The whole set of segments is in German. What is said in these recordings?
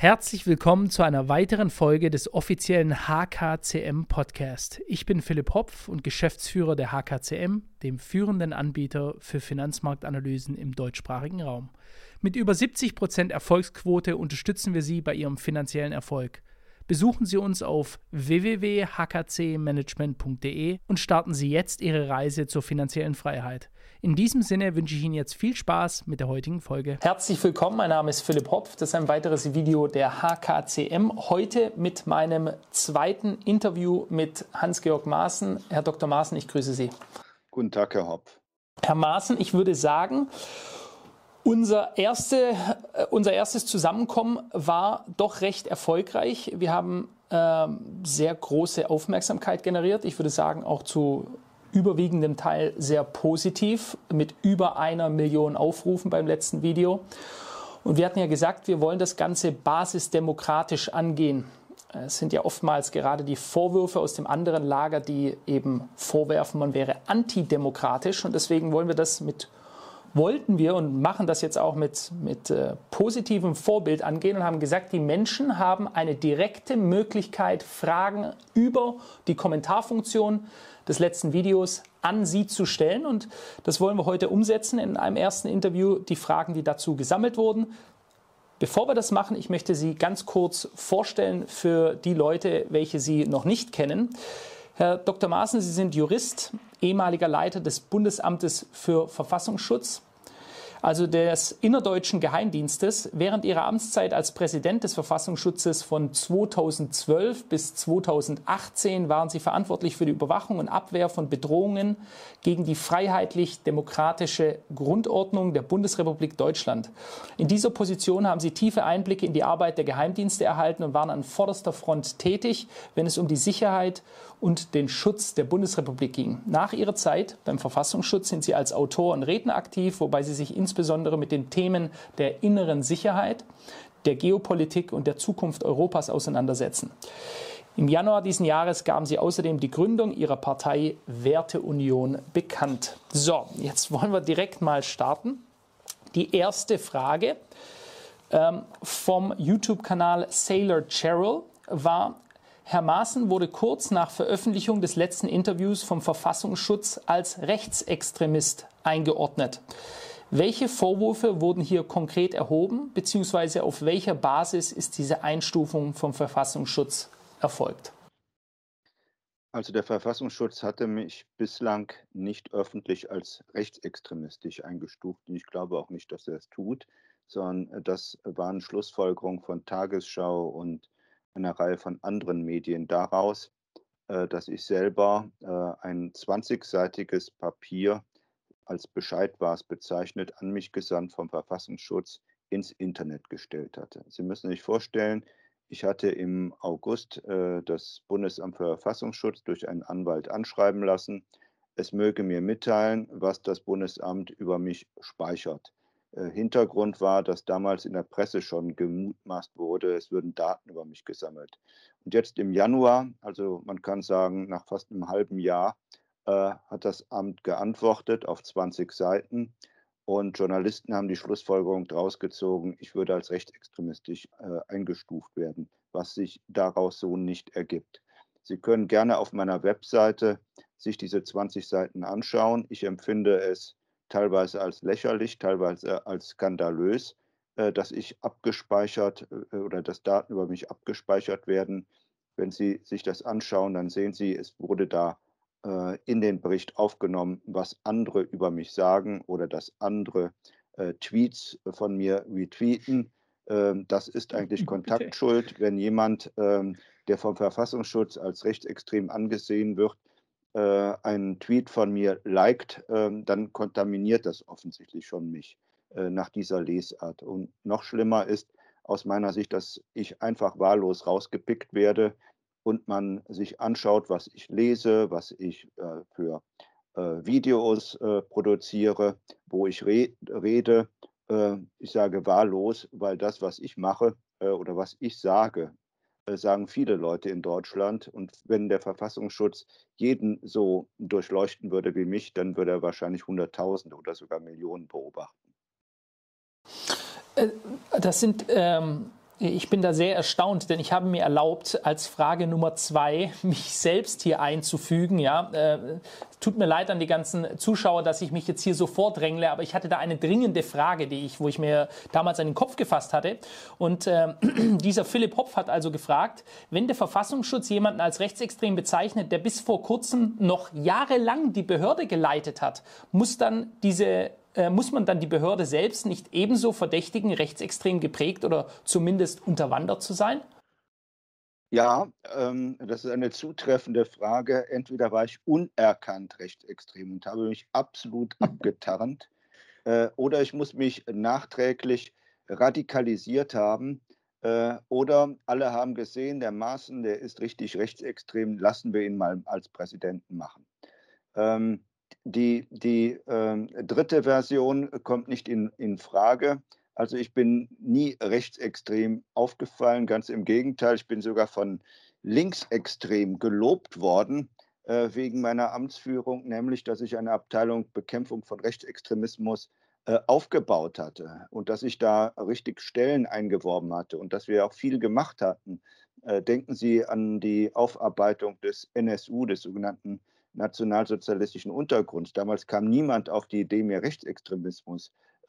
Herzlich willkommen zu einer weiteren Folge des offiziellen HKCM Podcast. Ich bin Philipp Hopf und Geschäftsführer der HKCM, dem führenden Anbieter für Finanzmarktanalysen im deutschsprachigen Raum. Mit über 70% Erfolgsquote unterstützen wir Sie bei Ihrem finanziellen Erfolg. Besuchen Sie uns auf www.hkcmanagement.de und starten Sie jetzt Ihre Reise zur finanziellen Freiheit. In diesem Sinne wünsche ich Ihnen jetzt viel Spaß mit der heutigen Folge. Herzlich willkommen, mein Name ist Philipp Hopf. Das ist ein weiteres Video der HKCM. Heute mit meinem zweiten Interview mit Hans-Georg Maaßen. Herr Dr. Maaßen, ich grüße Sie. Guten Tag, Herr Hopf. Herr Maaßen, ich würde sagen, unser erstes Zusammenkommen war doch recht erfolgreich. Wir haben sehr große Aufmerksamkeit generiert. Ich würde sagen, auch zu überwiegendem Teil sehr positiv, mit über 1 Million Aufrufen beim letzten Video. Und wir hatten ja gesagt, wir wollen das Ganze basisdemokratisch angehen. Es sind ja oftmals gerade die Vorwürfe aus dem anderen Lager, die eben vorwerfen, man wäre antidemokratisch. Und deswegen wollten wir und machen das jetzt auch mit positivem Vorbild angehen und haben gesagt, die Menschen haben eine direkte Möglichkeit, Fragen über die Kommentarfunktion des letzten Videos an Sie zu stellen. Und das wollen wir heute umsetzen in einem ersten Interview, die Fragen, die dazu gesammelt wurden. Bevor wir das machen, ich möchte Sie ganz kurz vorstellen für die Leute, welche Sie noch nicht kennen. Herr Dr. Maaßen, Sie sind Jurist, ehemaliger Leiter des Bundesamtes für Verfassungsschutz, also des innerdeutschen Geheimdienstes. Während Ihrer Amtszeit als Präsident des Verfassungsschutzes von 2012 bis 2018 waren Sie verantwortlich für die Überwachung und Abwehr von Bedrohungen gegen die freiheitlich-demokratische Grundordnung der Bundesrepublik Deutschland. In dieser Position haben Sie tiefe Einblicke in die Arbeit der Geheimdienste erhalten und waren an vorderster Front tätig, wenn es um die Sicherheit und den Schutz der Bundesrepublik ging. Nach Ihrer Zeit beim Verfassungsschutz sind Sie als Autor und Redner aktiv, wobei Sie sich insbesondere mit den Themen der inneren Sicherheit, der Geopolitik und der Zukunft Europas auseinandersetzen. Im Januar diesen Jahres gaben Sie außerdem die Gründung Ihrer Partei Werteunion bekannt. So, jetzt wollen wir direkt mal starten. Die erste Frage vom YouTube-Kanal Sailor Cheryl war: Herr Maaßen wurde kurz nach Veröffentlichung des letzten Interviews vom Verfassungsschutz als Rechtsextremist eingeordnet. Welche Vorwürfe wurden hier konkret erhoben, beziehungsweise auf welcher Basis ist diese Einstufung vom Verfassungsschutz erfolgt? Also der Verfassungsschutz hatte mich bislang nicht öffentlich als rechtsextremistisch eingestuft. Und ich glaube auch nicht, dass er es tut, sondern das waren Schlussfolgerungen von Tagesschau und einer Reihe von anderen Medien daraus, dass ich selber ein 20-seitiges Papier, als Bescheid war es bezeichnet, an mich gesandt vom Verfassungsschutz ins Internet gestellt hatte. Sie müssen sich vorstellen, ich hatte im August das Bundesamt für Verfassungsschutz durch einen Anwalt anschreiben lassen, es möge mir mitteilen, was das Bundesamt über mich speichert. Hintergrund war, dass damals in der Presse schon gemutmaßt wurde, es würden Daten über mich gesammelt. Und jetzt im Januar, also man kann sagen, nach fast einem halben Jahr, hat das Amt geantwortet auf 20 Seiten und Journalisten haben die Schlussfolgerung daraus gezogen, ich würde als rechtsextremistisch eingestuft werden, was sich daraus so nicht ergibt. Sie können gerne auf meiner Webseite sich diese 20 Seiten anschauen. Ich empfinde es teilweise als lächerlich, teilweise als skandalös, dass ich abgespeichert oder dass Daten über mich abgespeichert werden. Wenn Sie sich das anschauen, dann sehen Sie, es wurde da in den Bericht aufgenommen, was andere über mich sagen oder dass andere Tweets von mir retweeten. Das ist eigentlich Kontaktschuld. Wenn jemand, der vom Verfassungsschutz als rechtsextrem angesehen wird, einen Tweet von mir liked, dann kontaminiert das offensichtlich schon mich nach dieser Lesart. Und noch schlimmer ist aus meiner Sicht, dass ich einfach wahllos rausgepickt werde und man sich anschaut, was ich lese, was ich für Videos produziere, wo ich rede. Ich sage wahllos, weil das, was ich mache oder was ich sage, sagen viele Leute in Deutschland. Und wenn der Verfassungsschutz jeden so durchleuchten würde wie mich, dann würde er wahrscheinlich Hunderttausende oder sogar Millionen beobachten. Das sind Ich bin da sehr erstaunt, denn ich habe mir erlaubt, als Frage Nummer 2 mich selbst hier einzufügen. Ja, tut mir leid an die ganzen Zuschauer, dass ich mich jetzt hier so vordrängle, aber ich hatte da eine dringende Frage, wo ich mir damals an den Kopf gefasst hatte. Und dieser Philipp Hopf hat also gefragt, wenn der Verfassungsschutz jemanden als rechtsextrem bezeichnet, der bis vor kurzem noch jahrelang die Behörde geleitet hat, muss man dann die Behörde selbst nicht ebenso verdächtigen, rechtsextrem geprägt oder zumindest unterwandert zu sein? Ja, das ist eine zutreffende Frage. Entweder war ich unerkannt rechtsextrem und habe mich absolut abgetarnt, oder ich muss mich nachträglich radikalisiert haben, oder alle haben gesehen, der Maaßen, der ist richtig rechtsextrem, lassen wir ihn mal als Präsidenten machen. Ähm, die 3. Version kommt nicht in Frage. Also, ich bin nie rechtsextrem aufgefallen, ganz im Gegenteil. Ich bin sogar von linksextrem gelobt worden, wegen meiner Amtsführung, nämlich, dass ich eine Abteilung Bekämpfung von Rechtsextremismus, aufgebaut hatte und dass ich da richtig Stellen eingeworben hatte und dass wir auch viel gemacht hatten. Denken Sie an die Aufarbeitung des NSU, des sogenannten nationalsozialistischen Untergrunds. Damals kam niemand auf die Idee, mir Rechtsextremismus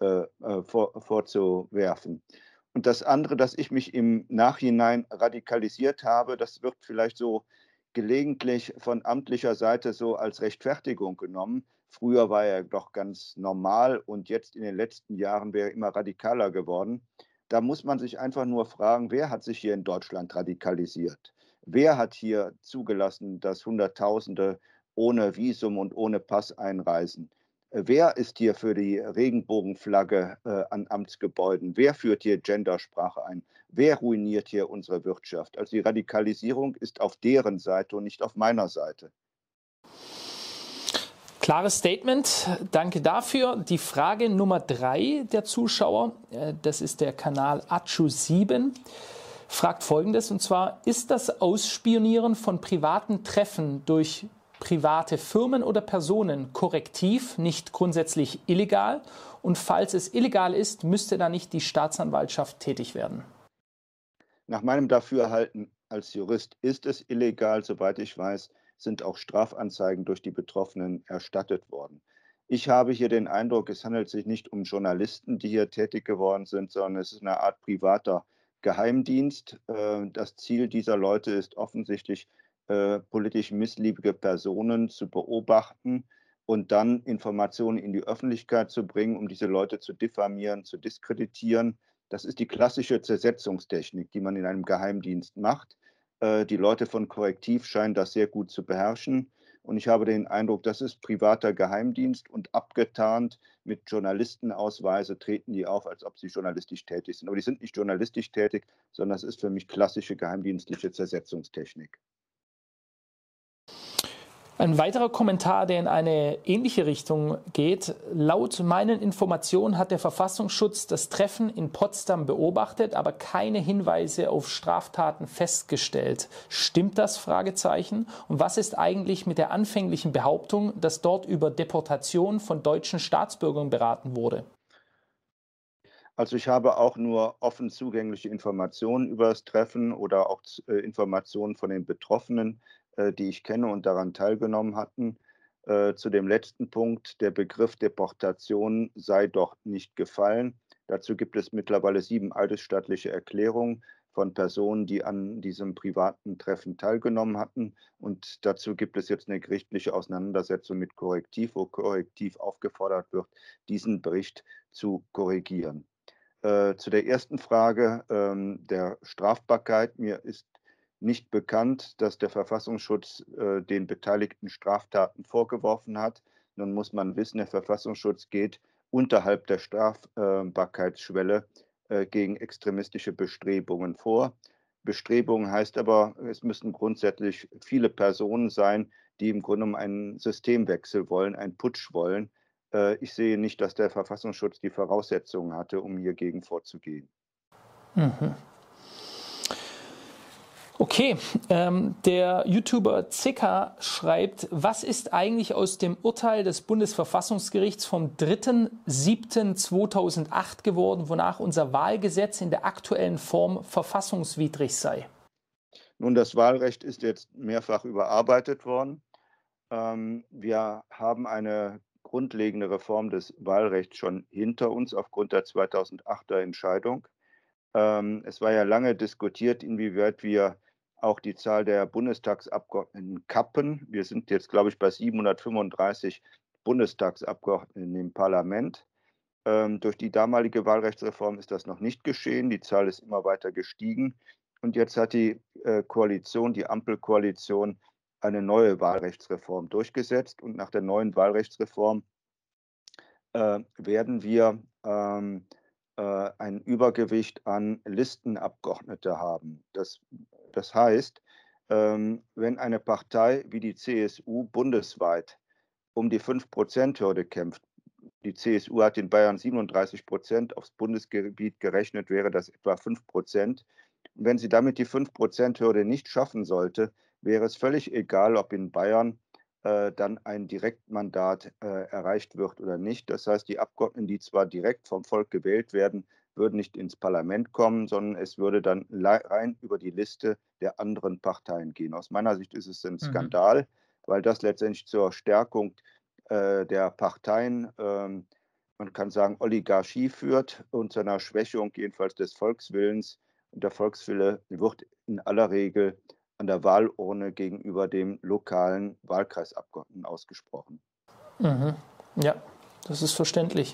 vorzuwerfen. Und das andere, dass ich mich im Nachhinein radikalisiert habe, das wird vielleicht so gelegentlich von amtlicher Seite so als Rechtfertigung genommen. Früher war er doch ganz normal und jetzt in den letzten Jahren wäre er immer radikaler geworden. Da muss man sich einfach nur fragen, wer hat sich hier in Deutschland radikalisiert? Wer hat hier zugelassen, dass Hunderttausende ohne Visum und ohne Pass einreisen? Wer ist hier für die Regenbogenflagge an Amtsgebäuden? Wer führt hier Gendersprache ein? Wer ruiniert hier unsere Wirtschaft? Also die Radikalisierung ist auf deren Seite und nicht auf meiner Seite. Klares Statement, danke dafür. Die Frage Nummer 3 der Zuschauer, das ist der Kanal Achu7, fragt Folgendes, und zwar, ist das Ausspionieren von privaten Treffen durch private Firmen oder Personen korrektiv, nicht grundsätzlich illegal? Und falls es illegal ist, müsste da nicht die Staatsanwaltschaft tätig werden? Nach meinem Dafürhalten als Jurist ist es illegal. Soweit ich weiß, sind auch Strafanzeigen durch die Betroffenen erstattet worden. Ich habe hier den Eindruck, es handelt sich nicht um Journalisten, die hier tätig geworden sind, sondern es ist eine Art privater Geheimdienst. Das Ziel dieser Leute ist offensichtlich, politisch missliebige Personen zu beobachten und dann Informationen in die Öffentlichkeit zu bringen, um diese Leute zu diffamieren, zu diskreditieren. Das ist die klassische Zersetzungstechnik, die man in einem Geheimdienst macht. Die Leute von Korrektiv scheinen das sehr gut zu beherrschen. Und ich habe den Eindruck, das ist privater Geheimdienst und abgetarnt mit Journalistenausweise treten die auf, als ob sie journalistisch tätig sind. Aber die sind nicht journalistisch tätig, sondern es ist für mich klassische geheimdienstliche Zersetzungstechnik. Ein weiterer Kommentar, der in eine ähnliche Richtung geht. Laut meinen Informationen hat der Verfassungsschutz das Treffen in Potsdam beobachtet, aber keine Hinweise auf Straftaten festgestellt. Stimmt das? Fragezeichen. Und was ist eigentlich mit der anfänglichen Behauptung, dass dort über Deportation von deutschen Staatsbürgern beraten wurde? Also, ich habe auch nur offen zugängliche Informationen über das Treffen oder auch Informationen von den Betroffenen, die ich kenne und daran teilgenommen hatten. Zu dem letzten Punkt, der Begriff Deportation sei dort nicht gefallen. Dazu gibt es mittlerweile 7 eidesstattliche Erklärungen von Personen, die an diesem privaten Treffen teilgenommen hatten. Und dazu gibt es jetzt eine gerichtliche Auseinandersetzung mit Korrektiv, wo Korrektiv aufgefordert wird, diesen Bericht zu korrigieren. Zu der ersten Frage, der Strafbarkeit. Mir ist nicht bekannt, dass der Verfassungsschutz, den Beteiligten Straftaten vorgeworfen hat. Nun muss man wissen, der Verfassungsschutz geht unterhalb der Strafbarkeitsschwelle, gegen extremistische Bestrebungen vor. Bestrebungen heißt aber, es müssen grundsätzlich viele Personen sein, die im Grunde genommen einen Systemwechsel wollen, einen Putsch wollen. Ich sehe nicht, dass der Verfassungsschutz die Voraussetzungen hatte, um hiergegen vorzugehen. Mhm. Okay, der YouTuber Zicker schreibt, was ist eigentlich aus dem Urteil des Bundesverfassungsgerichts vom 3.7.2008 geworden, wonach unser Wahlgesetz in der aktuellen Form verfassungswidrig sei? Nun, das Wahlrecht ist jetzt mehrfach überarbeitet worden. Wir haben eine grundlegende Reform des Wahlrechts schon hinter uns aufgrund der 2008er Entscheidung. Es war ja lange diskutiert, inwieweit wir auch die Zahl der Bundestagsabgeordneten kappen. Wir sind jetzt, glaube ich, bei 735 Bundestagsabgeordneten im Parlament. Durch die damalige Wahlrechtsreform ist das noch nicht geschehen. Die Zahl ist immer weiter gestiegen. Und jetzt hat die Koalition, die Ampelkoalition, eine neue Wahlrechtsreform durchgesetzt. Und nach der neuen Wahlrechtsreform werden wir ein Übergewicht an Listenabgeordnete haben. Das heißt, wenn eine Partei wie die CSU bundesweit um die 5%-Hürde kämpft, die CSU hat in Bayern 37%, aufs Bundesgebiet gerechnet wäre das etwa 5%. Und wenn sie damit die 5%-Hürde nicht schaffen sollte, wäre es völlig egal, ob in Bayern dann ein Direktmandat erreicht wird oder nicht. Das heißt, die Abgeordneten, die zwar direkt vom Volk gewählt werden, würden nicht ins Parlament kommen, sondern es würde dann rein über die Liste der anderen Parteien gehen. Aus meiner Sicht ist es ein Skandal, weil das letztendlich zur Stärkung der Parteien, man kann sagen, Oligarchie führt und zu einer Schwächung jedenfalls des Volkswillens. Und der Volkswille wird in aller Regel an der Wahlurne gegenüber dem lokalen Wahlkreisabgeordneten ausgesprochen. Ja, das ist verständlich.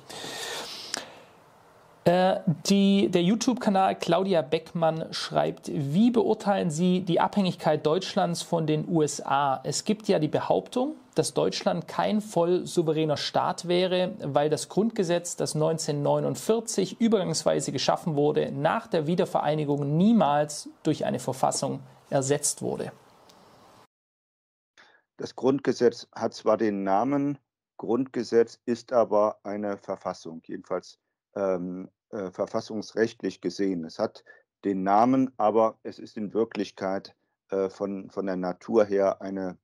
Der YouTube-Kanal Claudia Beckmann schreibt, wie beurteilen Sie die Abhängigkeit Deutschlands von den USA? Es gibt ja die Behauptung, dass Deutschland kein voll souveräner Staat wäre, weil das Grundgesetz, das 1949 übergangsweise geschaffen wurde, nach der Wiedervereinigung niemals durch eine Verfassung ersetzt wurde. Das Grundgesetz hat zwar den Namen Grundgesetz, ist aber eine Verfassung, jedenfalls verfassungsrechtlich gesehen. Es hat den Namen, aber es ist in Wirklichkeit von der Natur her eine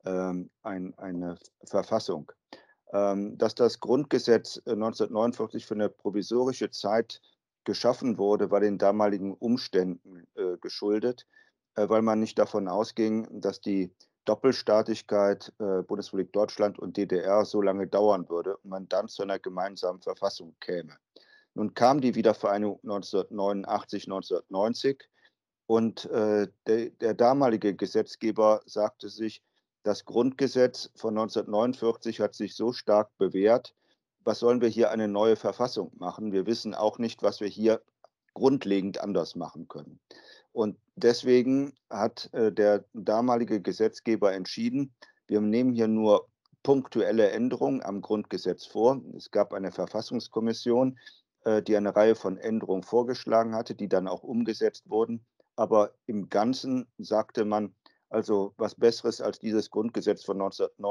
Verfassung. Dass das Grundgesetz 1949 für eine provisorische Zeit geschaffen wurde, war den damaligen Umständen geschuldet, weil man nicht davon ausging, dass die Doppelstaatlichkeit Bundesrepublik Deutschland und DDR so lange dauern würde und man dann zu einer gemeinsamen Verfassung käme. Nun kam die Wiedervereinigung 1989, 1990 und der damalige Gesetzgeber sagte sich, das Grundgesetz von 1949 hat sich so stark bewährt, was sollen wir hier eine neue Verfassung machen? Wir wissen auch nicht, was wir hier grundlegend anders machen können. Und deswegen hat der damalige Gesetzgeber entschieden, wir nehmen hier nur punktuelle Änderungen am Grundgesetz vor. Es gab eine Verfassungskommission, die eine Reihe von Änderungen vorgeschlagen hatte, die dann auch umgesetzt wurden. Aber im Ganzen sagte man, also was Besseres als dieses Grundgesetz von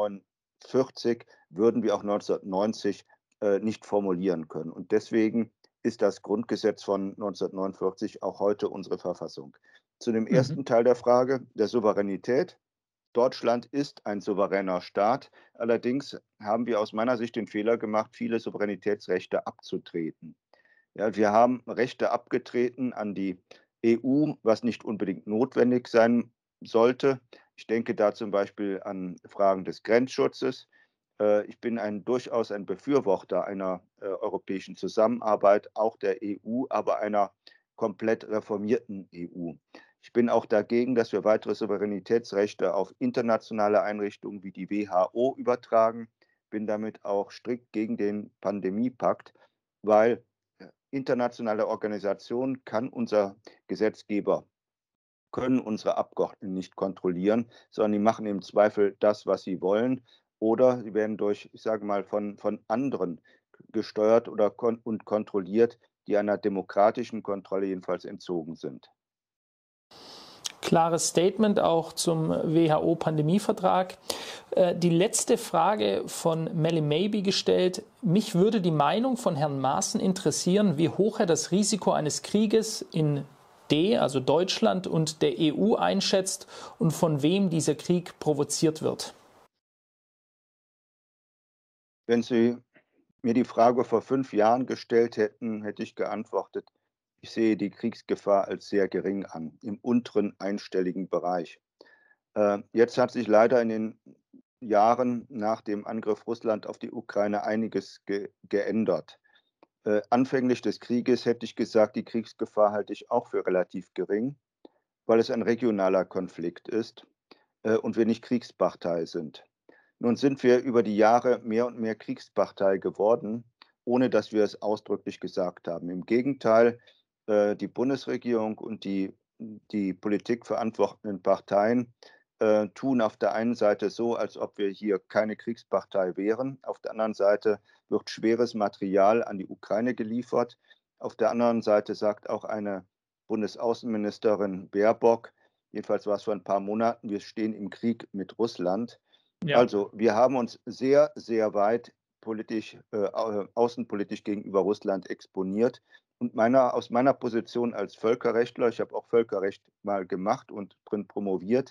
1949 würden wir auch 1990 nicht formulieren können. Und deswegen ist das Grundgesetz von 1949 auch heute unsere Verfassung. Zu dem ersten Teil der Frage, der Souveränität. Deutschland ist ein souveräner Staat. Allerdings haben wir aus meiner Sicht den Fehler gemacht, viele Souveränitätsrechte abzutreten. Ja, wir haben Rechte abgetreten an die EU, was nicht unbedingt notwendig sein sollte. Ich denke da zum Beispiel an Fragen des Grenzschutzes. Ich bin durchaus ein Befürworter einer europäischen Zusammenarbeit, auch der EU, aber einer komplett reformierten EU. Ich bin auch dagegen, dass wir weitere Souveränitätsrechte auf internationale Einrichtungen wie die WHO übertragen. Bin damit auch strikt gegen den Pandemiepakt, weil internationale Organisationen kann unser Gesetzgeber, können unsere Abgeordneten nicht kontrollieren, sondern die machen im Zweifel das, was sie wollen. Oder sie werden durch, ich sage mal, von anderen gesteuert oder und kontrolliert, die einer demokratischen Kontrolle jedenfalls entzogen sind. Klares Statement auch zum WHO-Pandemievertrag. Die letzte Frage von Melly Maybe gestellt. Mich würde die Meinung von Herrn Maaßen interessieren, wie hoch er das Risiko eines Krieges in AfD, also Deutschland, und der EU einschätzt und von wem dieser Krieg provoziert wird? Wenn Sie mir die Frage vor 5 Jahren gestellt hätten, hätte ich geantwortet: „Ich sehe die Kriegsgefahr als sehr gering an, im unteren einstelligen Bereich.“ Jetzt hat sich leider in den Jahren nach dem Angriff Russland auf die Ukraine einiges geändert. Anfänglich des Krieges hätte ich gesagt, die Kriegsgefahr halte ich auch für relativ gering, weil es ein regionaler Konflikt ist, und wir nicht Kriegspartei sind. Nun sind wir über die Jahre mehr und mehr Kriegspartei geworden, ohne dass wir es ausdrücklich gesagt haben. Im Gegenteil, die Bundesregierung und die Politik verantwortenden Parteien tun auf der einen Seite so, als ob wir hier keine Kriegspartei wären. Auf der anderen Seite wird schweres Material an die Ukraine geliefert. Auf der anderen Seite sagt auch eine Bundesaußenministerin Baerbock, jedenfalls war es vor ein paar Monaten, wir stehen im Krieg mit Russland. Ja. Also, wir haben uns sehr, sehr weit politisch, außenpolitisch gegenüber Russland exponiert. Und aus meiner Position als Völkerrechtler, ich habe auch Völkerrecht mal gemacht und drin promoviert,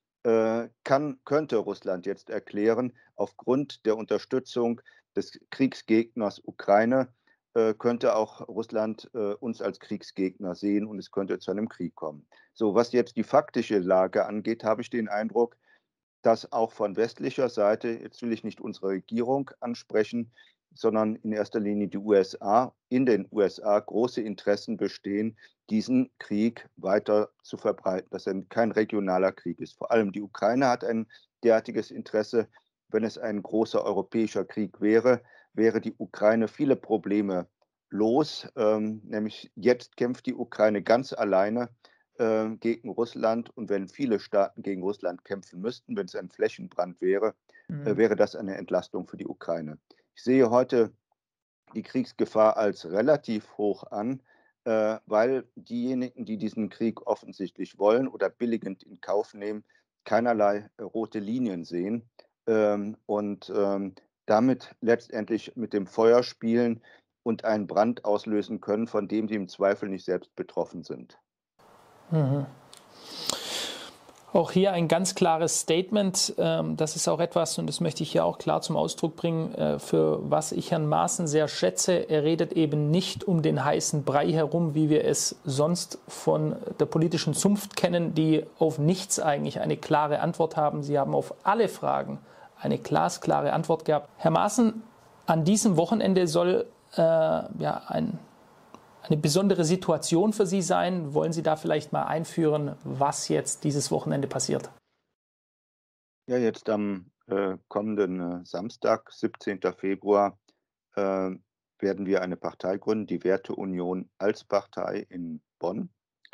könnte Russland jetzt erklären, aufgrund der Unterstützung des Kriegsgegners Ukraine, könnte auch Russland, uns als Kriegsgegner sehen und es könnte zu einem Krieg kommen. So, was jetzt die faktische Lage angeht, habe ich den Eindruck, dass auch von westlicher Seite, jetzt will ich nicht unsere Regierung ansprechen, sondern in erster Linie die USA, in den USA große Interessen bestehen, diesen Krieg weiter zu verbreiten, dass er kein regionaler Krieg ist. Vor allem die Ukraine hat ein derartiges Interesse. Wenn es ein großer europäischer Krieg wäre, wäre die Ukraine viele Probleme los. Nämlich jetzt kämpft die Ukraine ganz alleine gegen Russland. Und wenn viele Staaten gegen Russland kämpfen müssten, wenn es ein Flächenbrand wäre, Mhm. wäre das eine Entlastung für die Ukraine. Ich sehe heute die Kriegsgefahr als relativ hoch an, weil diejenigen, die diesen Krieg offensichtlich wollen oder billigend in Kauf nehmen, keinerlei rote Linien sehen und damit letztendlich mit dem Feuer spielen und einen Brand auslösen können, von dem sie im Zweifel nicht selbst betroffen sind. Mhm. Auch hier ein ganz klares Statement. Das ist auch etwas, und das möchte ich hier auch klar zum Ausdruck bringen, für was ich Herrn Maaßen sehr schätze. Er redet eben nicht um den heißen Brei herum, wie wir es sonst von der politischen Zunft kennen, die auf nichts eigentlich eine klare Antwort haben. Sie haben auf alle Fragen eine glasklare Antwort gehabt. Herr Maaßen, an diesem Wochenende soll eine besondere Situation für Sie sein. Wollen Sie da vielleicht mal einführen, was jetzt dieses Wochenende passiert? Ja, jetzt am kommenden Samstag, 17. Februar, äh, werden wir eine Partei gründen, die Werteunion als Partei in Bonn.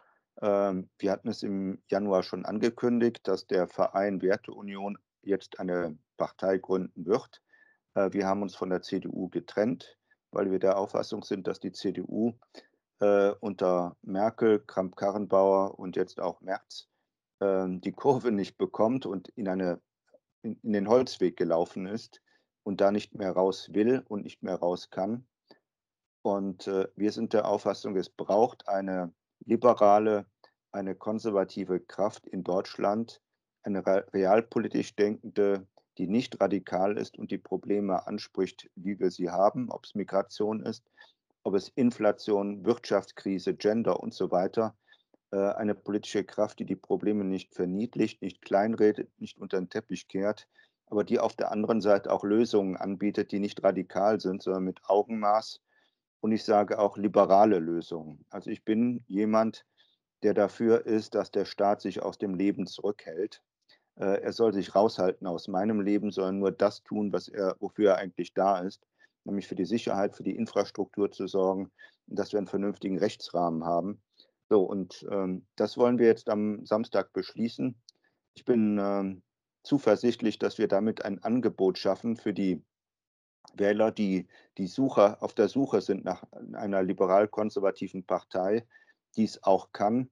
Wir hatten es im Januar schon angekündigt, dass der Verein Werteunion jetzt eine Partei gründen wird. Wir haben uns von der CDU getrennt, weil wir der Auffassung sind, dass die CDU unter Merkel, Kramp-Karrenbauer und jetzt auch Merz die Kurve nicht bekommt und in den Holzweg gelaufen ist und da nicht mehr raus will und nicht mehr raus kann. Und wir sind der Auffassung, es braucht eine liberale, eine konservative Kraft in Deutschland, eine realpolitisch denkende, die nicht radikal ist und die Probleme anspricht, wie wir sie haben, ob es Migration ist, ob es Inflation, Wirtschaftskrise, Gender und so weiter. Eine politische Kraft, die die Probleme nicht verniedlicht, nicht kleinredet, nicht unter den Teppich kehrt, aber die auf der anderen Seite auch Lösungen anbietet, die nicht radikal sind, sondern mit Augenmaß und ich sage auch liberale Lösungen. Also, ich bin jemand, der dafür ist, dass der Staat sich aus dem Leben zurückhält. Er soll sich raushalten aus meinem Leben, sondern nur das tun, wofür er eigentlich da ist, nämlich für die Sicherheit, für die Infrastruktur zu sorgen und dass wir einen vernünftigen Rechtsrahmen haben. So und das wollen wir jetzt am Samstag beschließen. Ich bin zuversichtlich, dass wir damit ein Angebot schaffen für die Wähler, die auf der Suche sind nach einer liberal-konservativen Partei, die es auch kann,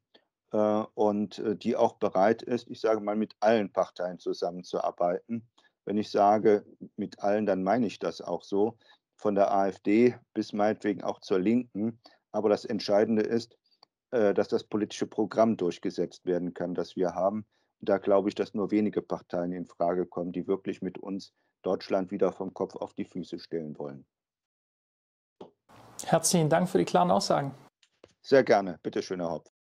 und die auch bereit ist, ich sage mal, mit allen Parteien zusammenzuarbeiten. Wenn ich sage mit allen, dann meine ich das auch so, von der AfD bis meinetwegen auch zur Linken. Aber das Entscheidende ist, dass das politische Programm durchgesetzt werden kann, das wir haben. Da glaube ich, dass nur wenige Parteien in Frage kommen, die wirklich mit uns Deutschland wieder vom Kopf auf die Füße stellen wollen. Herzlichen Dank für die klaren Aussagen. Sehr gerne. Bitte schön, Herr Hopf.